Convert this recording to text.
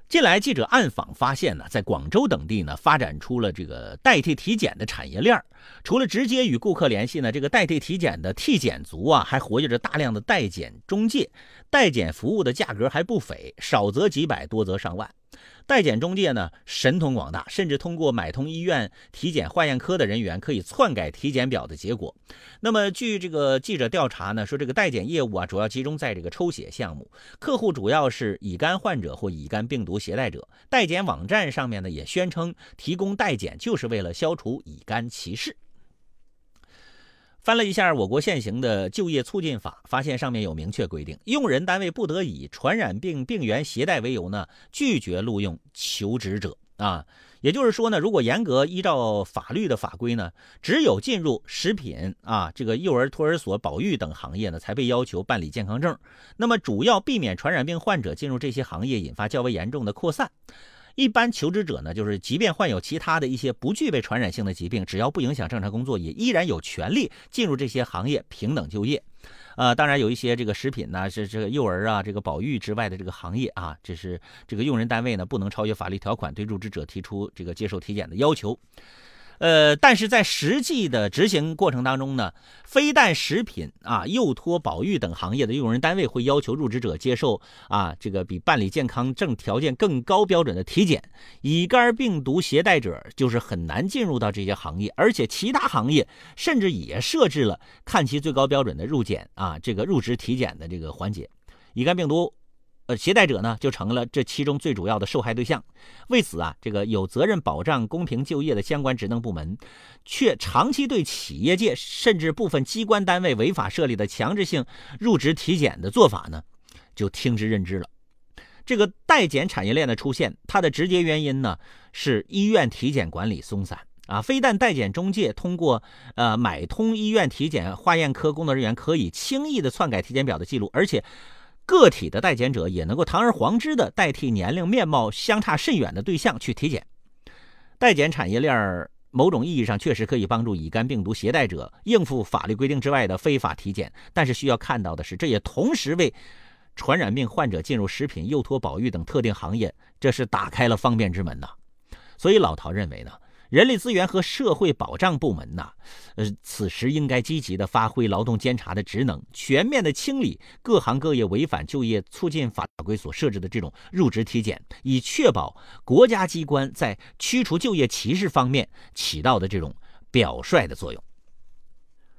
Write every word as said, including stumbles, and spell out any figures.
近来记者暗访发现呢，在广州等地呢发展出了这个代替体检的产业链。除了直接与顾客联系呢，这个代替体检的替检族啊，还活跃着大量的代检中介。代检服务的价格还不菲，少则几百，多则上万。代检中介呢神通广大，甚至通过买通医院体检化验科的人员，可以篡改体检表的结果。那么据这个记者调查呢，说这个代检业务啊，主要集中在这个抽血项目，客户主要是乙肝患者或乙肝病毒携带者。代检网站上面呢也宣称提供代检就是为了消除乙肝歧视。翻了一下我国现行的就业促进法，发现上面有明确规定，用人单位不得以传染病病源携带为由呢，拒绝录用求职者啊。也就是说呢，如果严格依照法律的法规呢，只有进入食品啊、这个幼儿托儿所、保育等行业呢，才被要求办理健康证。那么主要避免传染病患者进入这些行业，引发较为严重的扩散。一般求职者呢，就是即便患有其他的一些不具备传染性的疾病，只要不影响正常工作，也依然有权利进入这些行业平等就业。呃，当然有一些这个食品呢，是这个幼儿啊、这个保育之外的这个行业啊，这是这个用人单位呢不能超越法律条款，对入职者提出这个接受体检的要求。呃，但是在实际的执行过程当中呢，非但食品啊、幼托、保育等行业的用人单位会要求入职者接受啊这个比办理健康证条件更高标准的体检，乙肝病毒携带者就是很难进入到这些行业，而且其他行业甚至也设置了看齐最高标准的入检啊这个入职体检的这个环节。乙肝病毒呃，携带者呢就成了这其中最主要的受害对象。为此啊，这个有责任保障公平就业的相关职能部门，却长期对企业界甚至部分机关单位违法设立的强制性入职体检的做法呢，就听之任之了。这个代检产业链的出现，它的直接原因呢是医院体检管理松散啊。非但代检中介通过呃买通医院体检化验科工作人员可以轻易的篡改体检表的记录，而且个体的代检者也能够堂而皇之的代替年龄面貌相差甚远的对象去体检。代检产业链某种意义上确实可以帮助乙肝病毒携带者应付法律规定之外的非法体检，但是需要看到的是，这也同时为传染病患者进入食品、幼托、保育等特定行业，这是打开了方便之门呐。所以老陶认为呢，人力资源和社会保障部门呐，呃，此时应该积极的发挥劳动监察的职能，全面的清理各行各业违反就业促进法规所设置的这种入职体检，以确保国家机关在驱除就业歧视方面起到的这种表率的作用。